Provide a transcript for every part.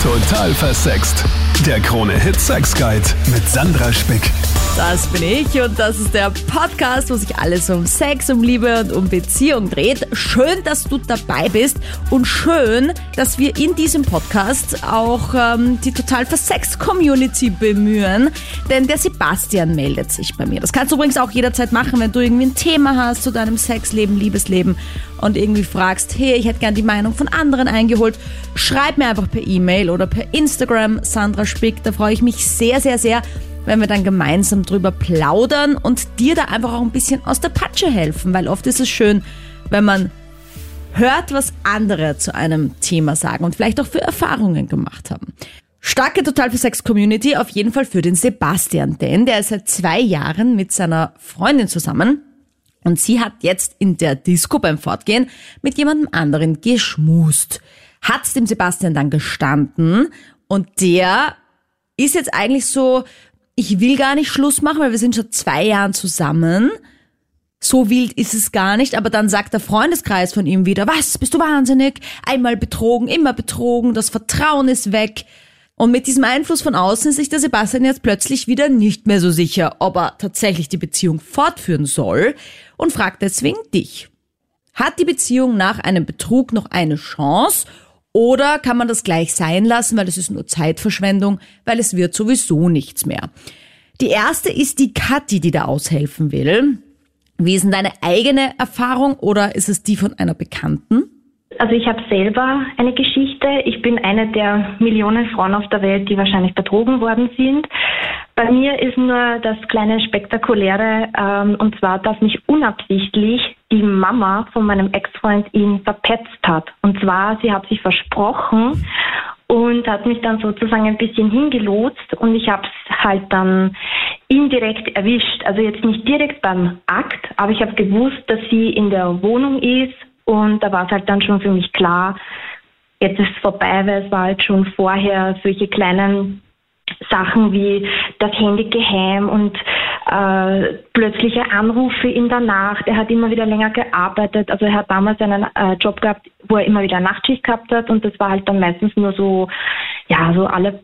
Total versext. Der Krone-Hit Sex Guide mit Sandra Spick. Das bin ich und das ist der Podcast, wo sich alles um Sex, um Liebe und um Beziehung dreht. Schön, dass du dabei bist und schön, dass wir in diesem Podcast auch die Total versext Community bemühen, denn der Sebastian meldet sich bei mir. Das kannst du übrigens auch jederzeit machen, wenn du irgendwie ein Thema hast zu deinem Sexleben, Liebesleben und irgendwie fragst, hey, ich hätte gern die Meinung von anderen eingeholt. Schreib mir einfach per E-Mail oder per Instagram, Sandra Spick. Da freue ich mich sehr, sehr, sehr, wenn wir dann gemeinsam drüber plaudern und dir da einfach auch ein bisschen aus der Patsche helfen, weil oft ist es schön, wenn man hört, was andere zu einem Thema sagen und vielleicht auch für Erfahrungen gemacht haben. Starke Total versext Community auf jeden Fall für den Sebastian, denn der ist seit 2 Jahren mit seiner Freundin zusammen und sie hat jetzt in der Disco beim Fortgehen mit jemandem anderen geschmust. Hat's dem Sebastian dann gestanden und der ist jetzt eigentlich so, ich will gar nicht Schluss machen, weil wir sind schon 2 Jahren zusammen. So wild ist es gar nicht, aber dann sagt der Freundeskreis von ihm wieder, was, bist du wahnsinnig? Einmal betrogen, immer betrogen, das Vertrauen ist weg. Und mit diesem Einfluss von außen ist sich der Sebastian jetzt plötzlich wieder nicht mehr so sicher, ob er tatsächlich die Beziehung fortführen soll und fragt deswegen dich. Hat die Beziehung nach einem Betrug noch eine Chance? Oder kann man das gleich sein lassen, weil es ist nur Zeitverschwendung, weil es wird sowieso nichts mehr. Die erste ist die Kathi, die da aushelfen will. Wie ist denn deine eigene Erfahrung oder ist es die von einer Bekannten? Also ich habe selber eine Geschichte. Ich bin eine der Millionen Frauen auf der Welt, die wahrscheinlich betrogen worden sind. Bei mir ist nur das kleine Spektakuläre, und zwar, dass mich unabsichtlich die Mama von meinem Ex-Freund ihn verpetzt hat. Und zwar, sie hat sich versprochen und hat mich dann sozusagen ein bisschen hingelotst und ich habe es halt dann indirekt erwischt. Also jetzt nicht direkt beim Akt, aber ich habe gewusst, dass sie in der Wohnung ist und da war es halt dann schon für mich klar, jetzt ist es vorbei, weil es war halt schon vorher solche kleinen Sachen wie das Handy geheim und plötzliche Anrufe in der Nacht. Er hat immer wieder länger gearbeitet. Also er hat damals einen Job gehabt, wo er immer wieder Nachtschicht gehabt hat und das war halt dann meistens nur so, ja, so alle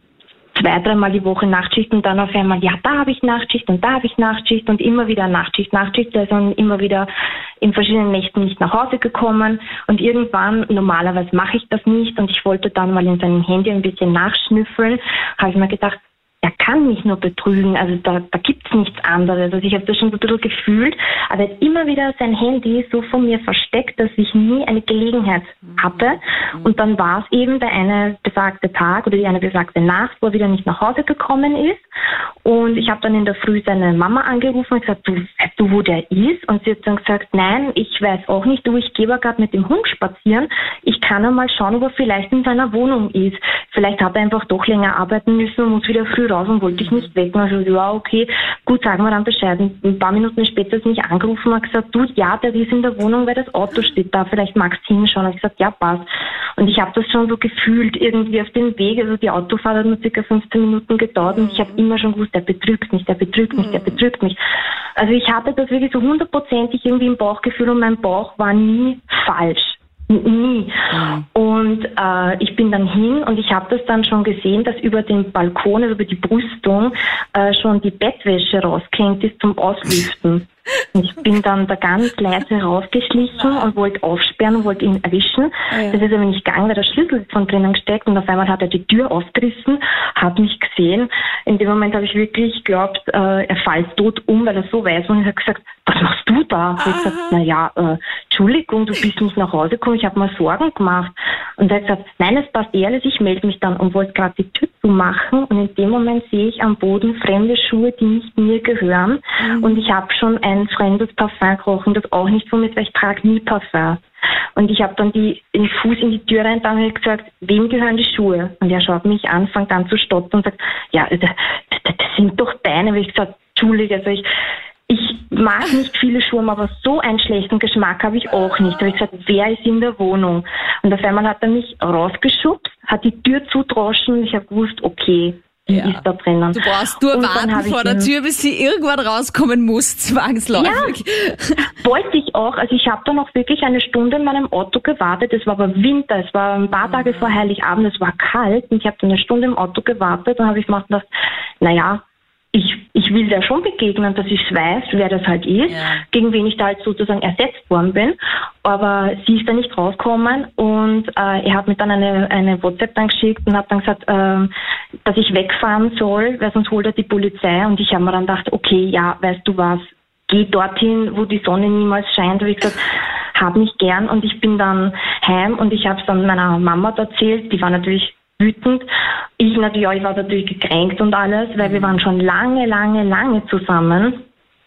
2-3 Mal die Woche Nachtschicht und dann auf einmal, ja, da habe ich Nachtschicht und da habe ich Nachtschicht und immer wieder Nachtschicht. Der ist dann immer wieder in verschiedenen Nächten nicht nach Hause gekommen und irgendwann, normalerweise mache ich das nicht und ich wollte dann mal in seinem Handy ein bisschen nachschnüffeln, habe ich mir gedacht, er kann mich nur betrügen, also da gibt's nichts anderes. Also ich habe das schon so ein bisschen gefühlt, aber er hat immer wieder sein Handy so von mir versteckt, dass ich nie eine Gelegenheit hatte. Und dann war es eben der eine besagte Tag oder die eine besagte Nacht, wo er wieder nicht nach Hause gekommen ist. Und ich habe dann in der Früh seine Mama angerufen und gesagt, du, weißt du, wo der ist? Und sie hat dann gesagt, nein, ich weiß auch nicht, ich gehe aber gerade mit dem Hund spazieren. Ich kann einmal schauen, ob er vielleicht in seiner Wohnung ist. Vielleicht hat er einfach doch länger arbeiten müssen und muss wieder früh raus und wollte ich nicht wecken. Also ja, okay, gut, sagen wir dann Bescheid. Und ein paar Minuten später ist mich angerufen und gesagt, du, ja, der ist in der Wohnung, weil das Auto steht da, vielleicht magst du hinschauen. Und ich gesagt, ja, passt. Und ich habe das schon so gefühlt, irgendwie auf dem Weg, also die Autofahrt hat nur ca. 15 Minuten gedauert und ich habe immer schon gewusst, der betrügt mich. Also ich hatte das wirklich so 100% irgendwie im Bauchgefühl und mein Bauch war nie falsch. Nie. Und ich bin dann hin und ich habe das dann schon gesehen, dass über den Balkon, also über die Brüstung, schon die Bettwäsche rausgehängt ist zum Auslüften. Und ich bin dann da ganz leise rausgeschlichen und wollte aufsperren und wollte ihn erwischen. Das ist aber nicht gegangen, weil der Schlüssel ist von drinnen gesteckt und auf einmal hat er die Tür aufgerissen, hat mich gesehen. In dem Moment habe ich wirklich geglaubt, er fällt tot um, weil er so weiß. Und ich habe gesagt, was machst du da? Und ich habe gesagt, naja, Entschuldigung, du bist nicht nach Hause gekommen, ich habe mir Sorgen gemacht. Und er hat gesagt, nein, es passt eh alles, ich melde mich dann und wollte gerade die Tür zumachen. Und in dem Moment sehe ich am Boden fremde Schuhe, die nicht mir gehören. Und ich habe schon ein fremdes Parfum gerochen, das auch nicht von mir ist, weil ich trage nie Parfum. Und ich habe dann den Fuß in die Tür rein und habe gesagt, wem gehören die Schuhe? Und er schaut mich an, fängt an zu stottern und sagt, ja, das sind doch deine. Und ich gesagt, Entschuldige, also ich mag nicht viele Schuhe, aber so einen schlechten Geschmack habe ich auch nicht. Da habe ich gesagt, wer ist in der Wohnung? Und auf einmal hat er mich rausgeschubst, hat die Tür zudroschen und ich habe gewusst, okay, ist da drinnen. Du brauchst nur warten vor der Tür, bis sie irgendwann rauskommen muss, zwangsläufig. Ja, wollte ich auch. Also ich habe dann auch wirklich eine Stunde in meinem Auto gewartet. Es war aber Winter, es war ein paar Tage vor Heiligabend, es war kalt und ich habe dann eine Stunde im Auto gewartet. Dann habe ich gemacht, ich will der schon begegnen, dass ich weiß, wer das halt ist, gegen wen ich da halt sozusagen ersetzt worden bin. Aber sie ist da nicht rausgekommen und er hat mir dann eine WhatsApp dann geschickt und hat dann gesagt, dass ich wegfahren soll, weil sonst holt er die Polizei. Und ich habe mir dann gedacht, okay, ja, weißt du was, geh dorthin, wo die Sonne niemals scheint. Und ich gesagt, hab mich gern. Und ich bin dann heim und ich habe es dann meiner Mama erzählt. Die war natürlich wütend. Ich war natürlich gekränkt und alles, weil wir waren schon lange zusammen.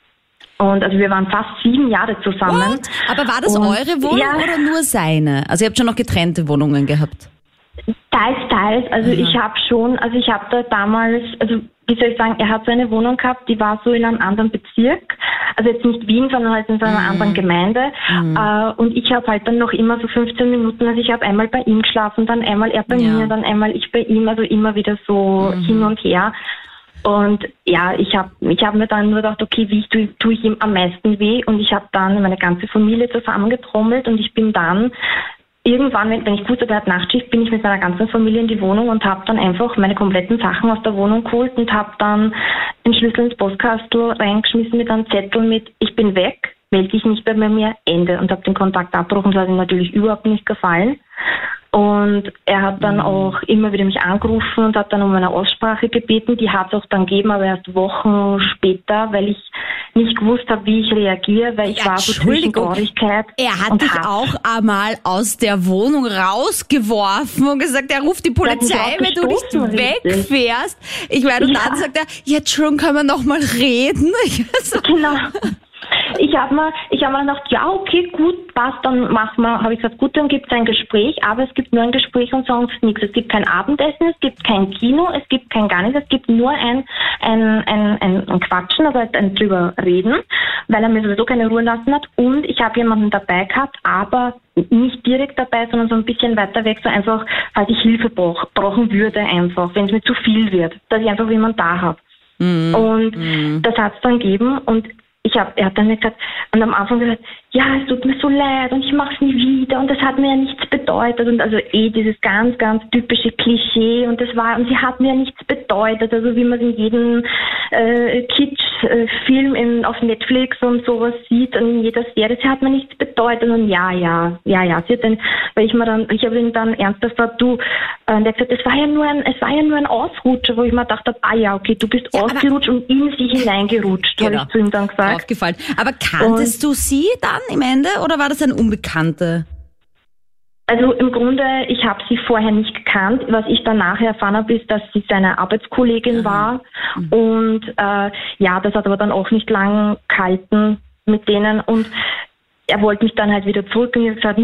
Und also wir waren fast 7 Jahre zusammen. What? Aber war das eure Wohnung oder nur seine? Also ihr habt schon noch getrennte Wohnungen gehabt? Teils. Also ich habe da damals, also wie soll ich sagen, er hat so eine Wohnung gehabt, die war so in einem anderen Bezirk. Also jetzt nicht Wien, sondern halt in so einer anderen Gemeinde. Und ich habe halt dann noch immer so 15 Minuten, also ich habe einmal bei ihm geschlafen, dann einmal er bei mir, dann einmal ich bei ihm, also immer wieder so hin und her. Und ja, ich hab mir dann nur gedacht, okay, wie tue ich ihm am meisten weh? Und ich habe dann meine ganze Familie zusammengetrommelt und ich bin dann irgendwann, wenn ich gewusst habe, er hat Nachtschicht, bin ich mit meiner ganzen Familie in die Wohnung und habe dann einfach meine kompletten Sachen aus der Wohnung geholt und habe dann den Schlüssel ins Postkastel reingeschmissen mit einem Zettel mit, ich bin weg, melde dich nicht mehr bei mir, Ende. Und habe den Kontakt abgebrochen, das hat ihm natürlich überhaupt nicht gefallen. Und er hat dann auch immer wieder mich angerufen und hat dann um eine Aussprache gebeten. Die hat es auch dann gegeben, aber erst Wochen später, weil ich nicht gewusst habe, wie ich reagiere, weil ich war so zwischen Traurigkeit. Er hat dich auch einmal aus der Wohnung rausgeworfen und gesagt, er ruft die Polizei, wenn du nicht wegfährst. Ich meine, und dann sagt er, jetzt schon können wir noch mal reden. Genau. Ich hab mir gedacht, ja, okay, gut, passt, dann machen wir, habe ich gesagt, gut, dann gibt es ein Gespräch, aber es gibt nur ein Gespräch und sonst nichts. Es gibt kein Abendessen, es gibt kein Kino, es gibt kein gar nichts, es gibt nur ein Quatschen, also ein drüber reden, weil er mir sowieso keine Ruhe lassen hat und ich habe jemanden dabei gehabt, aber nicht direkt dabei, sondern so ein bisschen weiter weg, so einfach, falls ich Hilfe brauchen würde einfach, wenn es mir zu viel wird, dass ich einfach jemanden da habe. Und das hat es dann gegeben und er hat dann gesagt, und am Anfang gesagt, ja, es tut mir so leid und ich mache es nie wieder und das hat mir ja nichts bedeutet und also dieses ganz, ganz typische Klischee und sie hat mir ja nichts bedeutet, also wie man es in jedem Kitsch-Film auf Netflix und sowas sieht und in jeder Serie, sie hat mir nichts bedeutet und ja, sie hat dann, ich habe ihn dann ernsthaft gefragt, und er hat gesagt, es war ja nur ein Ausrutscher, wo ich mir gedacht habe, okay, du bist ausgerutscht und in sie hineingerutscht, habe ich zu ihm dann gesagt. Aufgefallen. Aber kanntest du sie dann im Ende oder war das eine Unbekannte? Also im Grunde, ich habe sie vorher nicht gekannt. Was ich dann nachher erfahren habe, ist, dass sie seine Arbeitskollegin war. Und das hat aber dann auch nicht lang gehalten mit denen. Und er wollte mich dann halt wieder zurück und ich habe gesagt,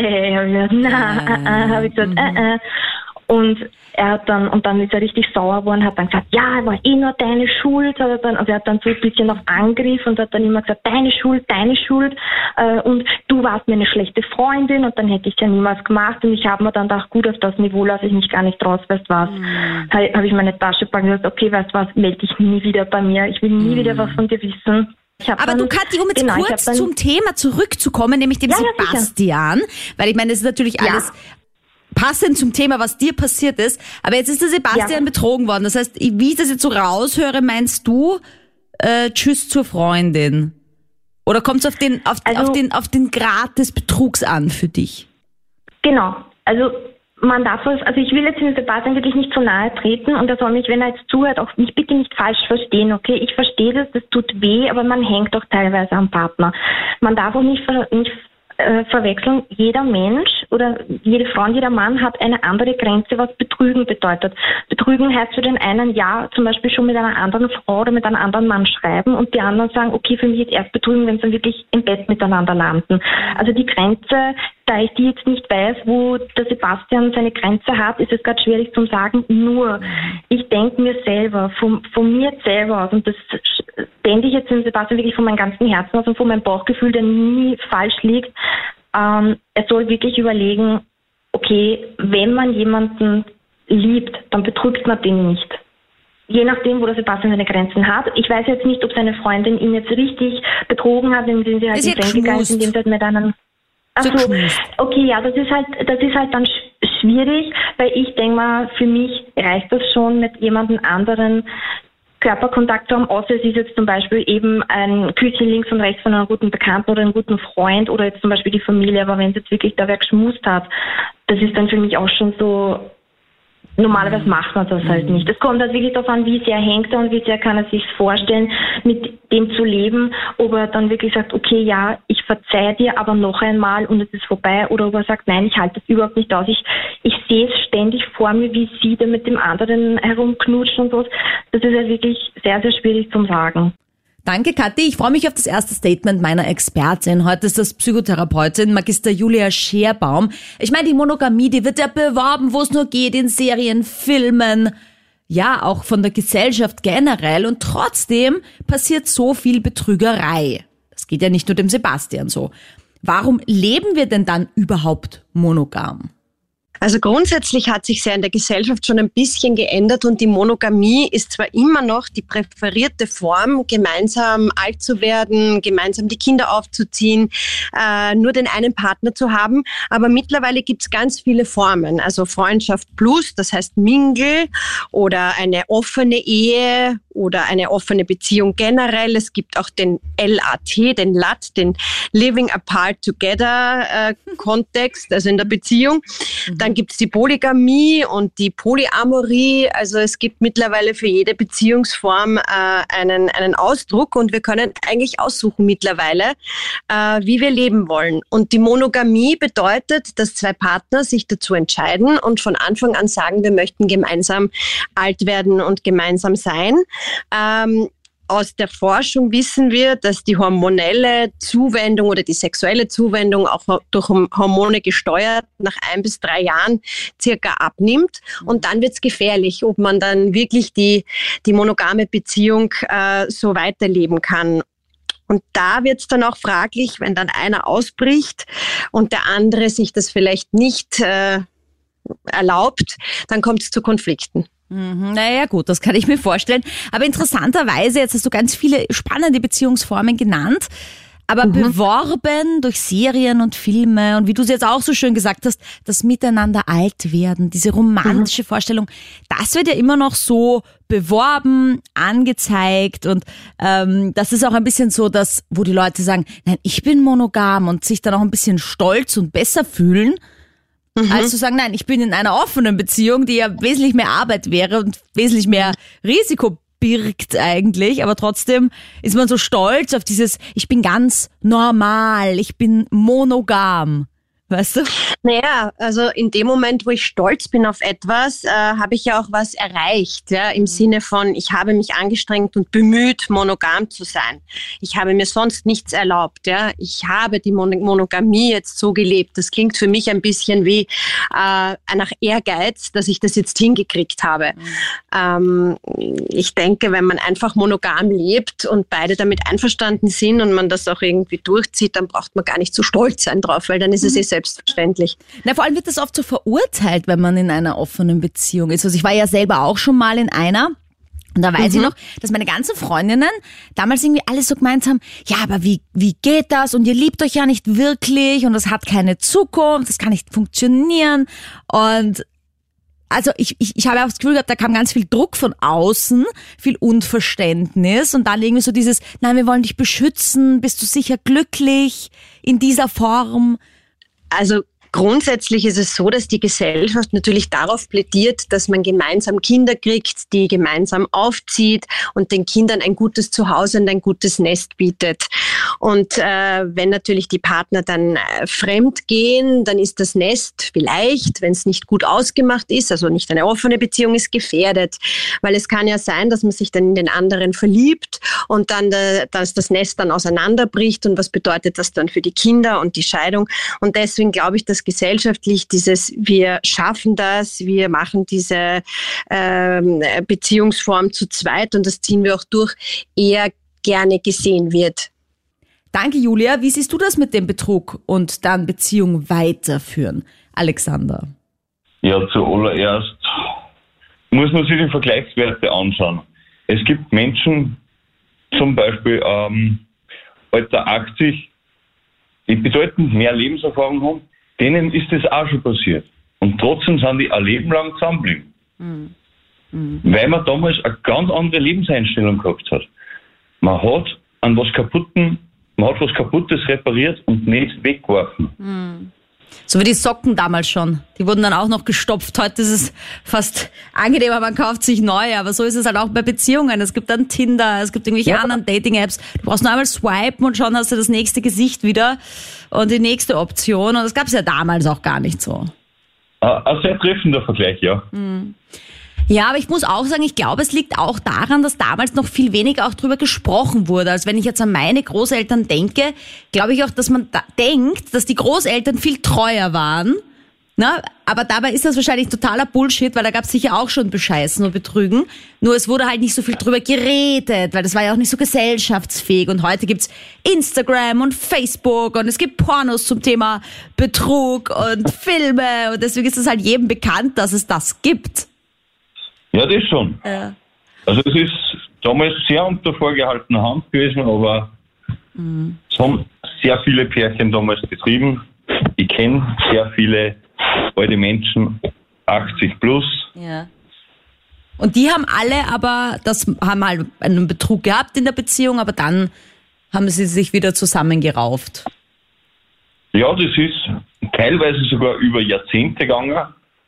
habe ich gesagt, Und er hat dann ist er richtig sauer geworden, hat dann gesagt, ja, war eh nur deine Schuld, er hat dann so ein bisschen auf Angriff und hat dann immer gesagt, deine Schuld, und du warst mir eine schlechte Freundin und dann hätte ich es ja niemals gemacht und ich habe mir dann gedacht, gut, auf das Niveau lasse ich mich gar nicht raus, weißt was, habe ich meine Tasche gepackt und gesagt, okay, weißt was, melde dich nie wieder bei mir, ich will nie wieder was von dir wissen. Aber du, Kathi, um jetzt kurz zum Thema zurückzukommen, nämlich dem Sebastian, weil ich meine, das ist natürlich alles passend zum Thema, was dir passiert ist. Aber jetzt ist der Sebastian betrogen worden. Das heißt, wie ich das jetzt so raushöre, meinst du, tschüss zur Freundin? Oder kommt es auf den Grad des Betrugs an für dich? Genau. Also man darf ich will jetzt dem Sebastian wirklich nicht so nahe treten und er soll mich, wenn er jetzt zuhört, auch mich bitte nicht falsch verstehen, okay? Ich verstehe das tut weh, aber man hängt doch teilweise am Partner. Man darf auch nicht verwechseln, jeder Mensch oder jede Frau und jeder Mann hat eine andere Grenze, was Betrügen bedeutet. Betrügen heißt für den einen, zum Beispiel schon mit einer anderen Frau oder mit einem anderen Mann schreiben und die anderen sagen, okay, für mich ist erst Betrügen, wenn sie dann wirklich im Bett miteinander landen. Also die Grenze, da ich die jetzt nicht weiß, wo der Sebastian seine Grenze hat, ist es gerade schwierig zu sagen, nur ich denke mir selber, von mir selber aus, und das denke ich jetzt dem Sebastian wirklich von meinem ganzen Herzen aus und von meinem Bauchgefühl, der nie falsch liegt, er soll wirklich überlegen, okay, wenn man jemanden liebt, dann betrügt man den nicht. je nachdem, wo der Sebastian seine Grenzen hat. Ich weiß jetzt nicht, ob seine Freundin ihn jetzt richtig betrogen hat, indem sie halt ins Rennen gegangen ist, indem sie halt mit einem... Achso, okay, ja, das ist halt dann schwierig, weil ich denke mal, für mich reicht das schon, mit jemandem anderen Körperkontakt zu haben, außer es ist jetzt zum Beispiel eben ein Küsschen links und rechts von einem guten Bekannten oder einem guten Freund oder jetzt zum Beispiel die Familie, aber wenn es jetzt wirklich da wer geschmust hat, das ist dann für mich auch schon so, normalerweise macht man das halt nicht. Es kommt halt wirklich darauf an, wie sehr hängt er und wie sehr kann er sich vorstellen, mit dem zu leben, ob er dann wirklich sagt, okay, ja, ich verzeihe dir, aber noch einmal und es ist vorbei, oder ob er sagt, nein, ich halte das überhaupt nicht aus. Ich sehe es ständig vor mir, wie sie da mit dem anderen herumknutschen und so. Das ist halt wirklich sehr, sehr schwierig zum Sagen. Danke, Kathi. Ich freue mich auf das erste Statement meiner Expertin. Heute ist das Psychotherapeutin Magister Julia Scherbaum. Ich meine, die Monogamie, die wird ja beworben, wo es nur geht, in Serien, Filmen, ja, auch von der Gesellschaft generell. Und trotzdem passiert so viel Betrügerei. Das geht ja nicht nur dem Sebastian so. Warum leben wir denn dann überhaupt monogam? Also grundsätzlich hat sich ja in der Gesellschaft schon ein bisschen geändert und die Monogamie ist zwar immer noch die präferierte Form, gemeinsam alt zu werden, gemeinsam die Kinder aufzuziehen, nur den einen Partner zu haben, aber mittlerweile gibt es ganz viele Formen, also Freundschaft plus, das heißt Mingle oder eine offene Ehe oder eine offene Beziehung generell. Es gibt auch den LAT, den LAT, den Living Apart Together Kontext, also in der Beziehung. Dann gibt es die Polygamie und die Polyamorie. Also es gibt mittlerweile für jede Beziehungsform einen Ausdruck und wir können eigentlich aussuchen mittlerweile, wie wir leben wollen. Und die Monogamie bedeutet, dass zwei Partner sich dazu entscheiden und von Anfang an sagen, wir möchten gemeinsam alt werden und gemeinsam sein. Aus der Forschung wissen wir, dass die hormonelle Zuwendung oder die sexuelle Zuwendung auch durch Hormone gesteuert nach 1 bis 3 Jahren circa abnimmt. Und dann wird es gefährlich, ob man dann wirklich die monogame Beziehung so weiterleben kann. Und da wird es dann auch fraglich, wenn dann einer ausbricht und der andere sich das vielleicht nicht erlaubt, dann kommt es zu Konflikten. Naja gut, das kann ich mir vorstellen. Aber interessanterweise, jetzt hast du ganz viele spannende Beziehungsformen genannt, aber beworben durch Serien und Filme und wie du es jetzt auch so schön gesagt hast, das Miteinander alt werden, diese romantische Vorstellung, das wird ja immer noch so beworben, angezeigt und das ist auch ein bisschen so, dass, wo die Leute sagen, nein, ich bin monogam und sich dann auch ein bisschen stolz und besser fühlen, als zu sagen, nein, ich bin in einer offenen Beziehung, die ja wesentlich mehr Arbeit wäre und wesentlich mehr Risiko birgt eigentlich, aber trotzdem ist man so stolz auf dieses, ich bin ganz normal, ich bin monogam. Weißt du? Naja, also in dem Moment, wo ich stolz bin auf etwas, habe ich ja auch was erreicht, ja, im Sinne von, ich habe mich angestrengt und bemüht, monogam zu sein. Ich habe mir sonst nichts erlaubt, ja. Ich habe die Monogamie jetzt so gelebt. Das klingt für mich ein bisschen wie nach Ehrgeiz, dass ich das jetzt hingekriegt habe. Ich denke, wenn man einfach monogam lebt und beide damit einverstanden sind und man das auch irgendwie durchzieht, dann braucht man gar nicht so stolz sein drauf, weil dann ist es selbstverständlich. Na, vor allem wird das oft so verurteilt, wenn man in einer offenen Beziehung ist. Also ich war ja selber auch schon mal in einer. Und da weiß ich noch, dass meine ganzen Freundinnen damals irgendwie alle so gemeint haben, ja, aber wie geht das? Und ihr liebt euch ja nicht wirklich und das hat keine Zukunft, das kann nicht funktionieren. Und also ich habe auch das Gefühl gehabt, da kam ganz viel Druck von außen, viel Unverständnis und dann irgendwie so dieses, nein, wir wollen dich beschützen, bist du sicher glücklich in dieser Form? Also grundsätzlich ist es so, dass die Gesellschaft natürlich darauf plädiert, dass man gemeinsam Kinder kriegt, die gemeinsam aufzieht und den Kindern ein gutes Zuhause und ein gutes Nest bietet. Und wenn natürlich die Partner dann fremd gehen, dann ist das Nest vielleicht, wenn es nicht gut ausgemacht ist, also nicht eine offene Beziehung ist, gefährdet. Weil es kann ja sein, dass man sich dann in den anderen verliebt und dann dass das Nest dann auseinanderbricht. Und was bedeutet das dann für die Kinder und die Scheidung? Und deswegen glaube ich, dass gesellschaftlich dieses, wir schaffen das, wir machen diese Beziehungsform zu zweit und das ziehen wir auch durch, eher gerne gesehen wird. Danke, Julia. Wie siehst du das mit dem Betrug und dann Beziehung weiterführen? Alexander. Ja, zuallererst muss man sich die Vergleichswerte anschauen. Es gibt Menschen, zum Beispiel Alter 80, die bedeutend mehr Lebenserfahrung haben, denen ist das auch schon passiert. Und trotzdem sind die ein Leben lang zusammengeblieben. Weil man damals eine ganz andere Lebenseinstellung gehabt hat. Man hat was Kaputtes repariert und nicht weggeworfen. So wie die Socken damals schon. Die wurden dann auch noch gestopft. Heute ist es fast angenehmer, man kauft sich neue. Aber so ist es halt auch bei Beziehungen. Es gibt dann Tinder, es gibt irgendwelche anderen Dating-Apps. Du brauchst nur einmal swipen und schon hast du das nächste Gesicht wieder und die nächste Option. Und das gab es ja damals auch gar nicht so. Ein sehr treffender Vergleich, ja. Ja, aber ich muss auch sagen, ich glaube, es liegt auch daran, dass damals noch viel weniger auch drüber gesprochen wurde. Also wenn ich jetzt an meine Großeltern denke, glaube ich auch, dass man denkt, dass die Großeltern viel treuer waren. Na, aber dabei ist das wahrscheinlich totaler Bullshit, weil da gab es sicher auch schon Bescheißen und Betrügen. Nur es wurde halt nicht so viel drüber geredet, weil das war ja auch nicht so gesellschaftsfähig. Und heute gibt's Instagram und Facebook und es gibt Pornos zum Thema Betrug und Filme. Und deswegen ist es halt jedem bekannt, dass es das gibt. Ja, das schon. Ja. Also es ist damals sehr unter vorgehaltener Hand gewesen, aber es haben sehr viele Pärchen damals betrieben. Ich kenne sehr viele alte Menschen, 80 plus. Ja. Und die haben alle haben halt einen Betrug gehabt in der Beziehung, aber dann haben sie sich wieder zusammengerauft. Ja, das ist teilweise sogar über Jahrzehnte gegangen.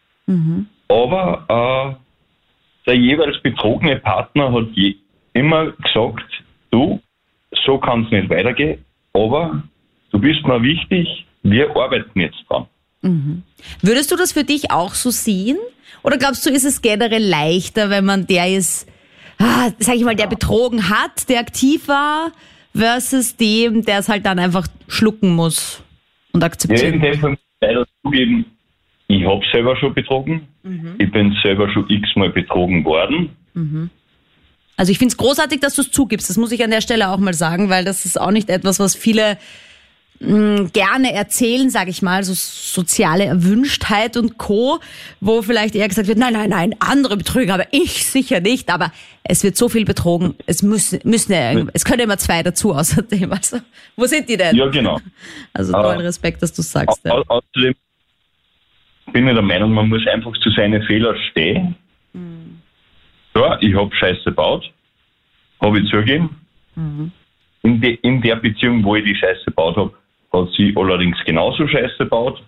Aber der jeweils betrogene Partner hat immer gesagt, du, so kann es nicht weitergehen, aber du bist mir wichtig, wir arbeiten jetzt dran. Würdest du das für dich auch so sehen? Oder glaubst du, ist es generell leichter, wenn man der ist, sag ich mal, der betrogen hat, der aktiv war, versus dem, der es halt dann einfach schlucken muss und akzeptieren muss? Ja, in dem Fall muss ich leider zugeben, ich habe selber schon betrogen. Ich bin selber schon x-mal betrogen worden. Also ich finde es großartig, dass du es zugibst. Das muss ich an der Stelle auch mal sagen, weil das ist auch nicht etwas, was viele gerne erzählen, sage ich mal, so soziale Erwünschtheit und Co., wo vielleicht eher gesagt wird, nein, andere betrügen, aber ich sicher nicht. Aber es wird so viel betrogen, es können immer zwei dazu außerdem. Also, wo sind die denn? Ja, genau. Also tollen Respekt, dass du sagst. Ja. Außerdem bin ich der Meinung, man muss einfach zu seinen Fehlern stehen. Ja, ich habe Scheiße gebaut, habe ich zugegeben. In der Beziehung, wo ich die Scheiße gebaut habe, hat sie allerdings genauso Scheiße gebaut.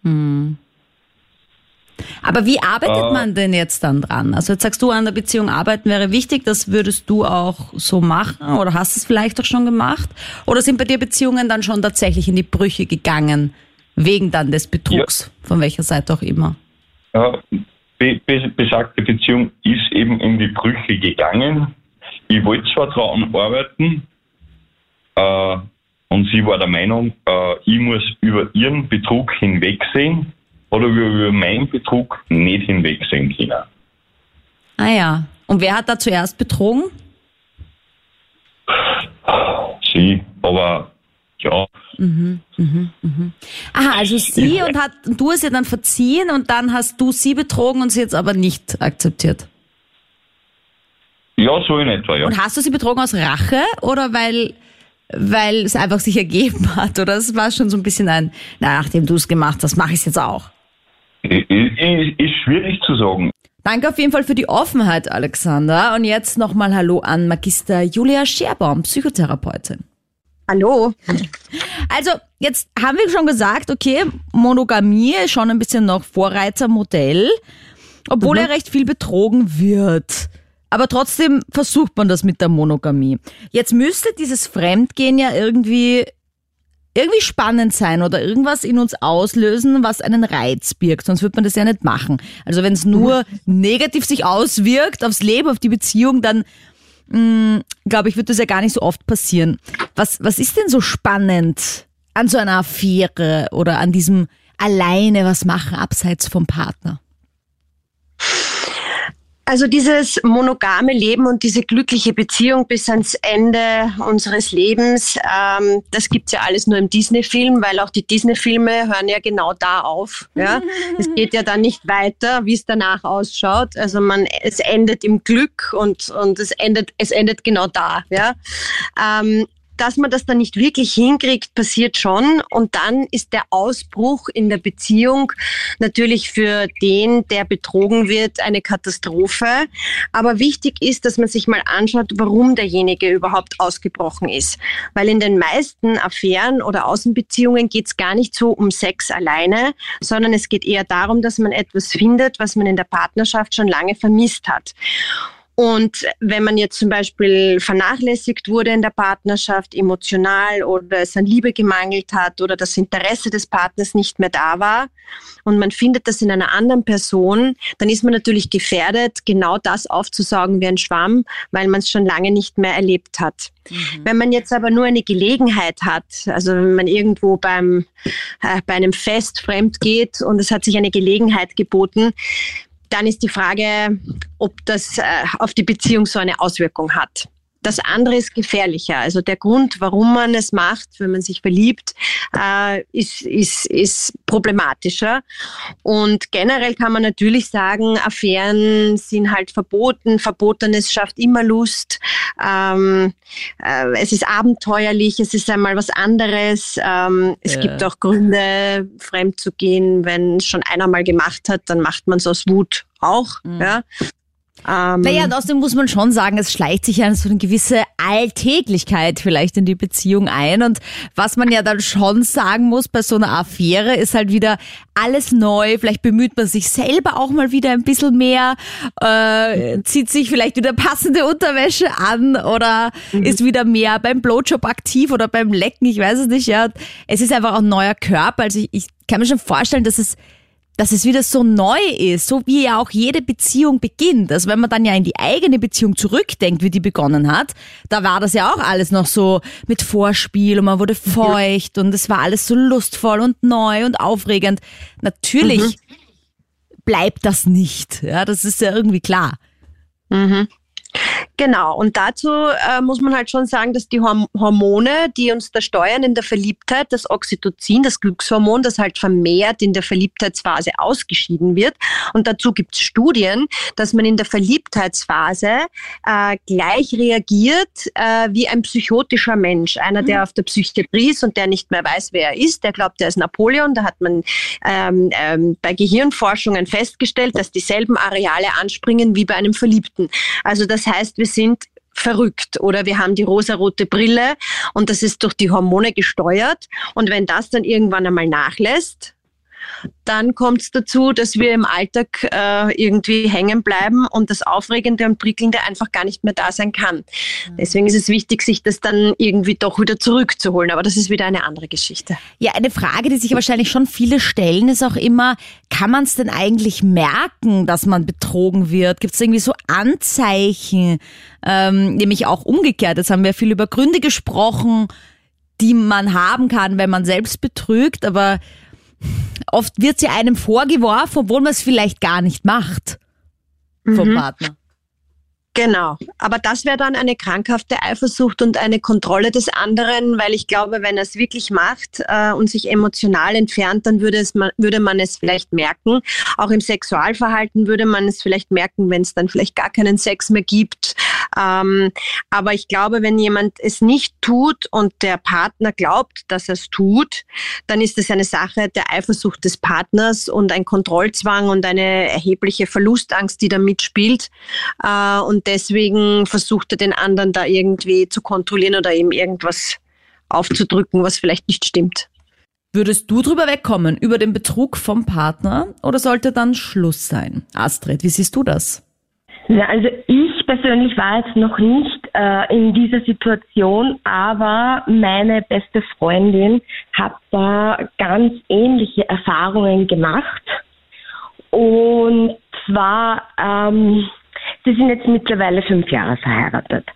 Aber wie arbeitet man denn jetzt dann dran? Also jetzt sagst du, an der Beziehung arbeiten wäre wichtig, das würdest du auch so machen oder hast es vielleicht auch schon gemacht? Oder sind bei dir Beziehungen dann schon tatsächlich in die Brüche gegangen, wegen dann des Betrugs, von welcher Seite auch immer? Ja, besagte Beziehung ist eben in die Brüche gegangen. Ich wollte zwar daran arbeiten, und sie war der Meinung, ich muss über ihren Betrug hinwegsehen oder über meinen Betrug nicht hinwegsehen können. Ah ja. Und wer hat da zuerst betrogen? Sie, aber ja. Aha, also sie und du hast ja dann verziehen und dann hast du sie betrogen und sie jetzt aber nicht akzeptiert. Ja, so in etwa, ja. Und hast du sie betrogen aus Rache oder weil es einfach sich ergeben hat? Oder es war schon so ein bisschen nachdem du es gemacht hast, mache ich es jetzt auch? Ist schwierig zu sagen. Danke auf jeden Fall für die Offenheit, Alexander. Und jetzt nochmal Hallo an Magister Julia Scherbaum, Psychotherapeutin. Hallo. Also, jetzt haben wir schon gesagt, okay, Monogamie ist schon ein bisschen noch Vorreitermodell, obwohl ja recht viel betrogen wird. Aber trotzdem versucht man das mit der Monogamie. Jetzt müsste dieses Fremdgehen ja irgendwie spannend sein oder irgendwas in uns auslösen, was einen Reiz birgt. Sonst würde man das ja nicht machen. Also wenn es nur negativ sich auswirkt aufs Leben, auf die Beziehung, dann glaube ich, wird das ja gar nicht so oft passieren. Was ist denn so spannend an so einer Affäre oder an diesem alleine was machen abseits vom Partner? Also dieses monogame Leben und diese glückliche Beziehung bis ans Ende unseres Lebens, das gibt's ja alles nur im Disney-Film, weil auch die Disney-Filme hören ja genau da auf. Ja? Es geht ja dann nicht weiter, wie es danach ausschaut. Also es endet im Glück und es endet genau da. Ja? Dass man das dann nicht wirklich hinkriegt, passiert schon. Und dann ist der Ausbruch in der Beziehung natürlich für den, der betrogen wird, eine Katastrophe. Aber wichtig ist, dass man sich mal anschaut, warum derjenige überhaupt ausgebrochen ist. Weil in den meisten Affären oder Außenbeziehungen geht es gar nicht so um Sex alleine, sondern es geht eher darum, dass man etwas findet, was man in der Partnerschaft schon lange vermisst hat. Und wenn man jetzt zum Beispiel vernachlässigt wurde in der Partnerschaft, emotional, oder es an Liebe gemangelt hat oder das Interesse des Partners nicht mehr da war und man findet das in einer anderen Person, dann ist man natürlich gefährdet, genau das aufzusaugen wie ein Schwamm, weil man es schon lange nicht mehr erlebt hat. Wenn man jetzt aber nur eine Gelegenheit hat, also wenn man irgendwo bei einem Fest fremd geht und es hat sich eine Gelegenheit geboten, dann ist die Frage, ob das auf die Beziehung so eine Auswirkung hat. Das andere ist gefährlicher. Also der Grund, warum man es macht, wenn man sich verliebt, ist problematischer. Und generell kann man natürlich sagen, Affären sind halt verboten. Verbotenes schafft immer Lust. Es ist abenteuerlich. Es ist einmal was anderes. Es gibt auch Gründe, fremd zu gehen. Wenn es schon einer mal gemacht hat, dann macht man es aus Wut auch. Ja. Naja, und außerdem muss man schon sagen, es schleicht sich ja so eine gewisse Alltäglichkeit vielleicht in die Beziehung ein. Und was man ja dann schon sagen muss bei so einer Affäre, ist halt wieder alles neu. Vielleicht bemüht man sich selber auch mal wieder ein bisschen mehr, zieht sich vielleicht wieder passende Unterwäsche an oder ist wieder mehr beim Blowjob aktiv oder beim Lecken, ich weiß es nicht. Ja, es ist einfach auch ein neuer Körper. Also ich kann mir schon vorstellen, dass es wieder so neu ist, so wie ja auch jede Beziehung beginnt. Also wenn man dann ja in die eigene Beziehung zurückdenkt, wie die begonnen hat, da war das ja auch alles noch so mit Vorspiel und man wurde feucht und es war alles so lustvoll und neu und aufregend. Natürlich bleibt das nicht. Ja, das ist ja irgendwie klar. Genau, und dazu muss man halt schon sagen, dass die Hormone, die uns da steuern in der Verliebtheit, das Oxytocin, das Glückshormon, das halt vermehrt in der Verliebtheitsphase ausgeschieden wird. Und dazu gibt es Studien, dass man in der Verliebtheitsphase gleich reagiert wie ein psychotischer Mensch. Einer, der auf der Psychiatrie ist und der nicht mehr weiß, wer er ist, der glaubt, er ist Napoleon. Da hat man bei Gehirnforschungen festgestellt, dass dieselben Areale anspringen wie bei einem Verliebten. Also das heißt, wir sind verrückt oder wir haben die rosarote Brille und das ist durch die Hormone gesteuert. Und wenn das dann irgendwann einmal nachlässt, dann kommt es dazu, dass wir im Alltag irgendwie hängen bleiben und das Aufregende und Prickelnde einfach gar nicht mehr da sein kann. Deswegen ist es wichtig, sich das dann irgendwie doch wieder zurückzuholen. Aber das ist wieder eine andere Geschichte. Ja, eine Frage, die sich wahrscheinlich schon viele stellen, ist auch immer, kann man es denn eigentlich merken, dass man betrogen wird? Gibt es irgendwie so Anzeichen? Nämlich auch umgekehrt. Jetzt haben wir viel über Gründe gesprochen, die man haben kann, wenn man selbst betrügt, aber oft wird sie einem vorgeworfen, obwohl man es vielleicht gar nicht macht vom Partner. Genau, aber das wäre dann eine krankhafte Eifersucht und eine Kontrolle des anderen, weil ich glaube, wenn er es wirklich macht und sich emotional entfernt, dann würde man es vielleicht merken. Auch im Sexualverhalten würde man es vielleicht merken, wenn es dann vielleicht gar keinen Sex mehr gibt. Aber ich glaube, wenn jemand es nicht tut und der Partner glaubt, dass er es tut, dann ist es eine Sache der Eifersucht des Partners und ein Kontrollzwang und eine erhebliche Verlustangst, die da mitspielt. Und deswegen versucht er den anderen da irgendwie zu kontrollieren oder ihm irgendwas aufzudrücken, was vielleicht nicht stimmt. Würdest du drüber wegkommen, über den Betrug vom Partner, oder sollte dann Schluss sein? Astrid, wie siehst du das? Ja, also ich persönlich war jetzt noch nicht in dieser Situation, aber meine beste Freundin hat da ganz ähnliche Erfahrungen gemacht. Und zwar, sie sind jetzt mittlerweile 5 Jahre verheiratet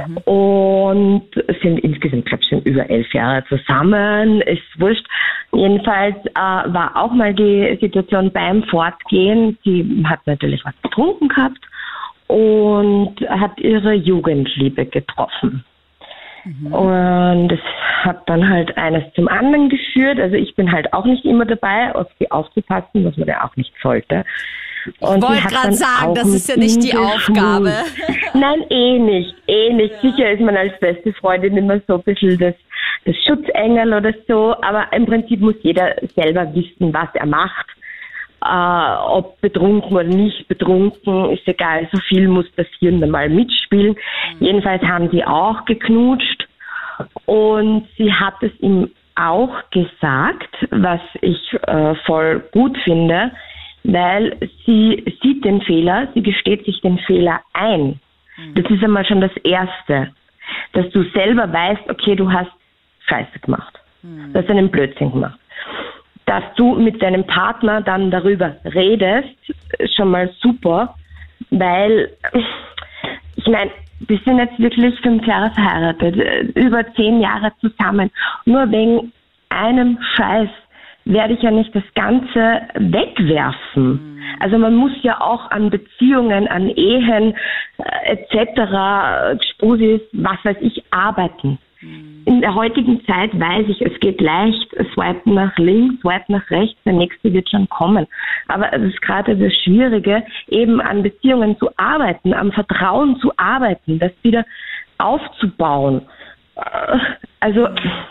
und sind insgesamt, glaube ich, schon über 11 Jahre zusammen, ist wurscht. Jedenfalls war auch mal die Situation beim Fortgehen, sie hat natürlich was getrunken gehabt und hat ihre Jugendliebe getroffen. Und es hat dann halt eines zum anderen geführt. Also ich bin halt auch nicht immer dabei, auf sie aufzupassen, was man ja auch nicht sollte. Und ich wollte gerade sagen, das ist ja nicht die Aufgabe. Nein, nicht. Sicher ist man als beste Freundin immer so ein bisschen das Schutzengel oder so, aber im Prinzip muss jeder selber wissen, was er macht. Ob betrunken oder nicht betrunken, ist egal, so viel muss passieren, dann mal mitspielen. Jedenfalls haben sie auch geknutscht und sie hat es ihm auch gesagt, was ich voll gut finde, weil sie sieht den Fehler, sie gesteht sich den Fehler ein. Das ist einmal schon das Erste, dass du selber weißt, okay, du hast Scheiße gemacht, du hast einen Blödsinn gemacht. Dass du mit deinem Partner dann darüber redest, ist schon mal super, weil, ich meine, wir sind jetzt wirklich 5 Jahre verheiratet, über 10 Jahre zusammen. Nur wegen einem Scheiß werde ich ja nicht das Ganze wegwerfen. Also man muss ja auch an Beziehungen, an Ehen etc., Spusis, was weiß ich, arbeiten. In der heutigen Zeit weiß ich, es geht leicht, swipen nach links, swipen nach rechts, der nächste wird schon kommen. Aber es ist gerade das Schwierige, eben an Beziehungen zu arbeiten, am Vertrauen zu arbeiten, das wieder aufzubauen. Also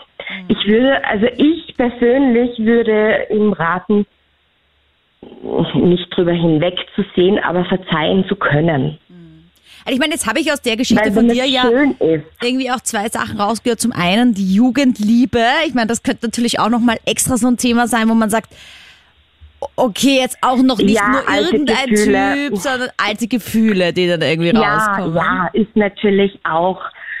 ich persönlich würde ihm raten, nicht drüber hinwegzusehen, aber verzeihen zu können. Also ich meine, jetzt habe ich aus der Geschichte von dir ja irgendwie auch 2 Sachen rausgehört. Zum einen die Jugendliebe. Ich meine, das könnte natürlich auch nochmal extra so ein Thema sein, wo man sagt, okay, jetzt auch noch nicht nur irgendein Gefühle. Typ, sondern alte Gefühle, die dann irgendwie rauskommen. Ja, ist natürlich auch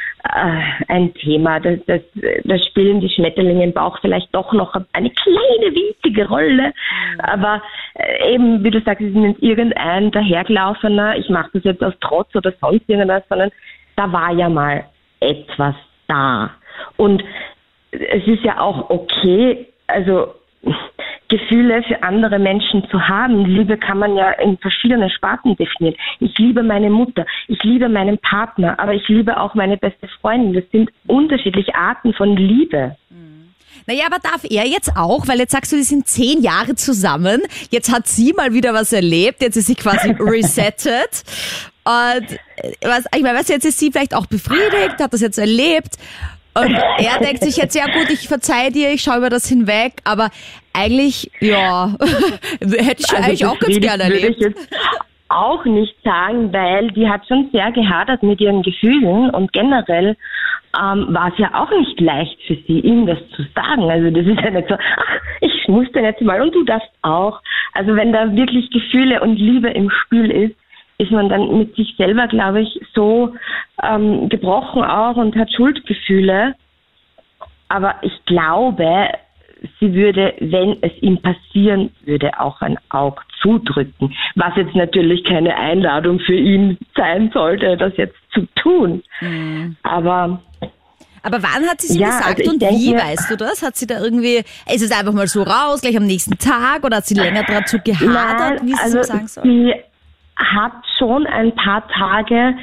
ein Thema. Da spielen die Schmetterlinge im Bauch vielleicht doch noch eine kleine, winzige Rolle. Aber eben, wie du sagst, es ist nicht irgendein dahergelaufener, ich mache das jetzt aus Trotz oder sonst irgendwas, sondern da war ja mal etwas da. Und es ist ja auch okay, also Gefühle für andere Menschen zu haben. Liebe kann man ja in verschiedenen Sparten definieren. Ich liebe meine Mutter, ich liebe meinen Partner, aber ich liebe auch meine beste Freundin. Das sind unterschiedliche Arten von Liebe. Naja, aber darf er jetzt auch, weil jetzt sagst du, die sind 10 Jahre zusammen, jetzt hat sie mal wieder was erlebt, jetzt ist sie quasi resettet und jetzt ist sie vielleicht auch befriedigt, hat das jetzt erlebt und er denkt sich jetzt, ja gut, ich verzeih dir, ich schaue über das hinweg, aber eigentlich, ja, hätte ich eigentlich auch ganz gerne erlebt. Würde ich jetzt auch nicht sagen, weil die hat schon sehr gehadert mit ihren Gefühlen und generell war es ja auch nicht leicht für sie, ihm das zu sagen. Also das ist ja nicht so, ach, ich muss denn jetzt mal und du darfst auch. Also wenn da wirklich Gefühle und Liebe im Spiel ist man dann mit sich selber, glaube ich, so gebrochen auch und hat Schuldgefühle. Aber ich glaube, sie würde, wenn es ihm passieren würde, auch ein Auge zudrücken. Was jetzt natürlich keine Einladung für ihn sein sollte, das jetzt zu tun. Aber wann hat sie es gesagt und wie, weißt du das? Hat sie da irgendwie, ist es einfach mal so raus, gleich am nächsten Tag oder hat sie länger dazu gehadert, wie sie es sagen soll? Sie hat schon ein paar Tage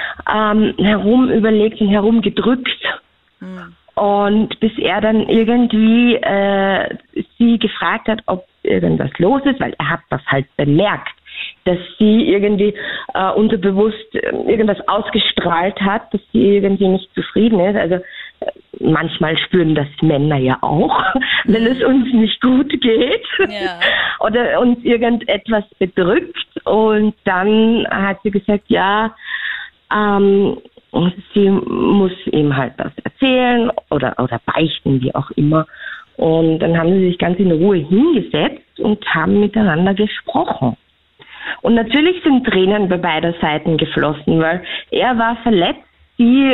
herum überlegt und herumgedrückt. Und bis er dann irgendwie sie gefragt hat, ob irgendwas los ist, weil er hat das halt bemerkt, dass sie irgendwie unterbewusst irgendwas ausgestrahlt hat, dass sie irgendwie nicht zufrieden ist. Also manchmal spüren das Männer ja auch, wenn es uns nicht gut geht oder uns irgendetwas bedrückt. Und dann hat sie gesagt, ja, sie muss ihm halt das erzählen oder beichten, wie auch immer. Und dann haben sie sich ganz in Ruhe hingesetzt und haben miteinander gesprochen. Und natürlich sind Tränen bei beider Seiten geflossen, weil er war verletzt, sie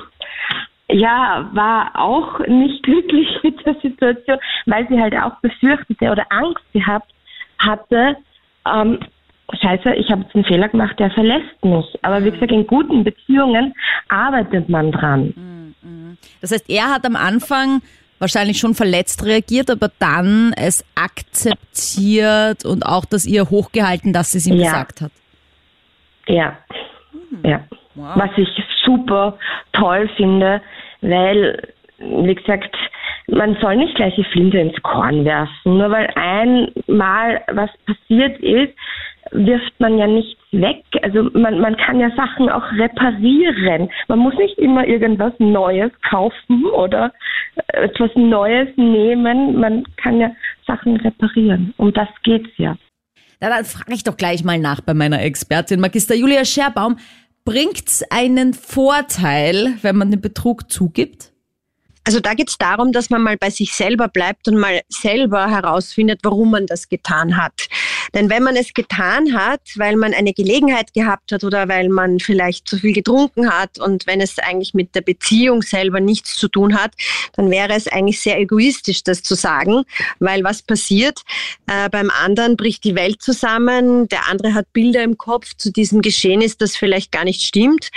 war auch nicht glücklich mit der Situation, weil sie halt auch befürchtete oder Angst gehabt hatte, Scheiße, ich habe jetzt einen Fehler gemacht, der verlässt mich. Aber wie gesagt, in guten Beziehungen arbeitet man dran. Das heißt, er hat am Anfang wahrscheinlich schon verletzt reagiert, aber dann es akzeptiert und auch das ihr hochgehalten, dass sie es ihm gesagt hat. Ja. Ja. Wow. Was ich super toll finde, weil, wie gesagt, man soll nicht gleich die Flinte ins Korn werfen. Nur weil einmal was passiert ist, wirft man ja nichts weg. Also man kann ja Sachen auch reparieren. Man muss nicht immer irgendwas Neues kaufen oder etwas Neues nehmen. Man kann ja Sachen reparieren. Um das geht's ja. Na, dann frage ich doch gleich mal nach bei meiner Expertin Magister Julia Scherbaum. Bringt's einen Vorteil, wenn man den Betrug zugibt? Also da geht es darum, dass man mal bei sich selber bleibt und mal selber herausfindet, warum man das getan hat. Denn wenn man es getan hat, weil man eine Gelegenheit gehabt hat oder weil man vielleicht zu viel getrunken hat und wenn es eigentlich mit der Beziehung selber nichts zu tun hat, dann wäre es eigentlich sehr egoistisch, das zu sagen, weil was passiert? Beim anderen bricht die Welt zusammen, der andere hat Bilder im Kopf zu diesem Geschehnis, das vielleicht gar nicht stimmt.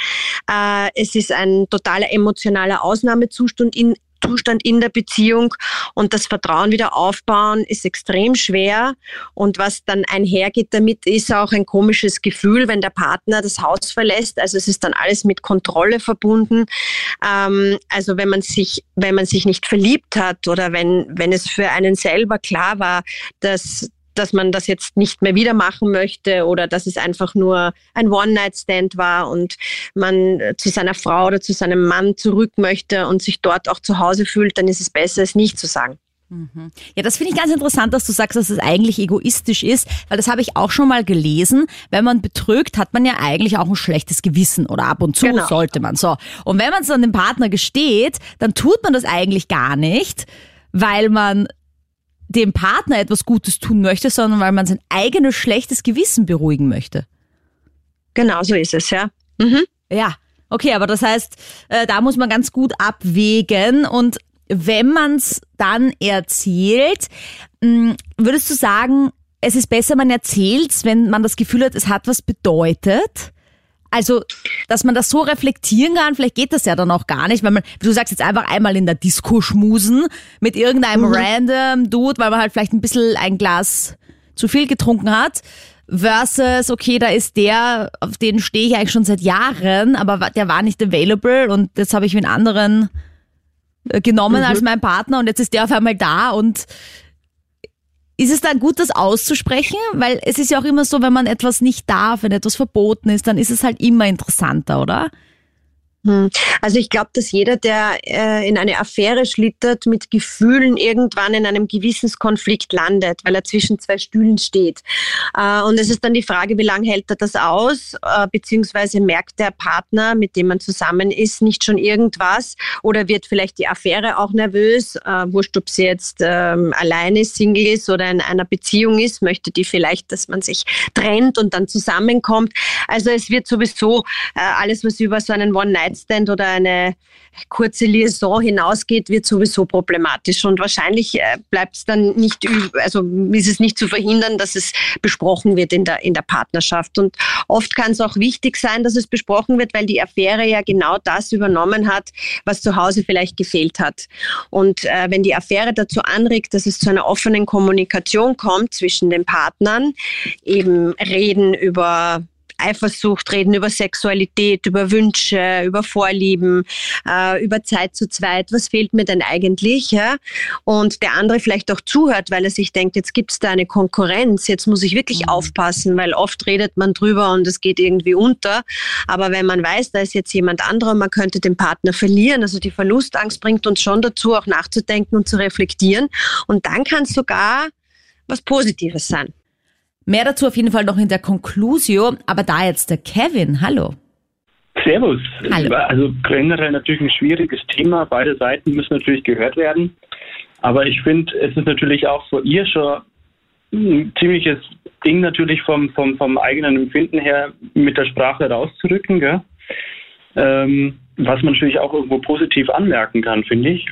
Es ist ein totaler emotionaler Ausnahmezustand in der Beziehung und das Vertrauen wieder aufbauen ist extrem schwer und was dann einhergeht damit ist auch ein komisches Gefühl, wenn der Partner das Haus verlässt, also es ist dann alles mit Kontrolle verbunden, also wenn man sich nicht verliebt hat oder wenn es für einen selber klar war, dass man das jetzt nicht mehr wieder machen möchte oder dass es einfach nur ein One-Night-Stand war und man zu seiner Frau oder zu seinem Mann zurück möchte und sich dort auch zu Hause fühlt, dann ist es besser, es nicht zu sagen. Ja, das finde ich ganz interessant, dass du sagst, dass es eigentlich egoistisch ist, weil das habe ich auch schon mal gelesen. Wenn man betrügt, hat man ja eigentlich auch ein schlechtes Gewissen oder ab und zu sollte man so. Und wenn man es an den Partner gesteht, dann tut man das eigentlich gar nicht, weil man dem Partner etwas Gutes tun möchte, sondern weil man sein eigenes schlechtes Gewissen beruhigen möchte. Genau, so ist es, ja. Ja, okay, aber das heißt, da muss man ganz gut abwägen und wenn man es dann erzählt, würdest du sagen, es ist besser, man erzählt es, wenn man das Gefühl hat, es hat was bedeutet? Also, dass man das so reflektieren kann, vielleicht geht das ja dann auch gar nicht, weil man, du sagst jetzt einfach einmal in der Disco schmusen mit irgendeinem random Dude, weil man halt vielleicht ein bisschen ein Glas zu viel getrunken hat, versus, okay, da ist der, auf den stehe ich eigentlich schon seit Jahren, aber der war nicht available und jetzt habe ich einen anderen genommen als mein Partner und jetzt ist der auf einmal da und ist es dann gut, das auszusprechen? Weil es ist ja auch immer so, wenn man etwas nicht darf, wenn etwas verboten ist, dann ist es halt immer interessanter, oder? Also ich glaube, dass jeder, der in eine Affäre schlittert, mit Gefühlen irgendwann in einem Gewissenskonflikt landet, weil er zwischen zwei Stühlen steht. Und es ist dann die Frage, wie lange hält er das aus, beziehungsweise merkt der Partner, mit dem man zusammen ist, nicht schon irgendwas oder wird vielleicht die Affäre auch nervös, wurscht, ob sie jetzt allein ist, Single ist oder in einer Beziehung ist, möchte die vielleicht, dass man sich trennt und dann zusammenkommt. Also es wird sowieso alles, was über so einen One-Night-Stand oder eine kurze Liaison hinausgeht, wird sowieso problematisch und wahrscheinlich bleibt es dann nicht, also ist es nicht zu verhindern, dass es besprochen wird in der Partnerschaft und oft kann es auch wichtig sein, dass es besprochen wird, weil die Affäre ja genau das übernommen hat, was zu Hause vielleicht gefehlt hat und wenn die Affäre dazu anregt, dass es zu einer offenen Kommunikation kommt zwischen den Partnern, eben reden über Eifersucht, reden über Sexualität, über Wünsche, über Vorlieben, über Zeit zu zweit. Was fehlt mir denn eigentlich? Ja? Und der andere vielleicht auch zuhört, weil er sich denkt, jetzt gibt es da eine Konkurrenz, jetzt muss ich wirklich aufpassen, weil oft redet man drüber und es geht irgendwie unter. Aber wenn man weiß, da ist jetzt jemand anderer, man könnte den Partner verlieren, also die Verlustangst bringt uns schon dazu, auch nachzudenken und zu reflektieren. Und dann kann es sogar was Positives sein. Mehr dazu auf jeden Fall noch in der Conclusio, aber da jetzt der Kevin, hallo. Servus. Hallo. Also generell natürlich ein schwieriges Thema, beide Seiten müssen natürlich gehört werden, aber ich finde, es ist natürlich auch für ihr schon ein ziemliches Ding natürlich vom eigenen Empfinden her mit der Sprache rauszurücken, gell? Was man natürlich auch irgendwo positiv anmerken kann, finde ich.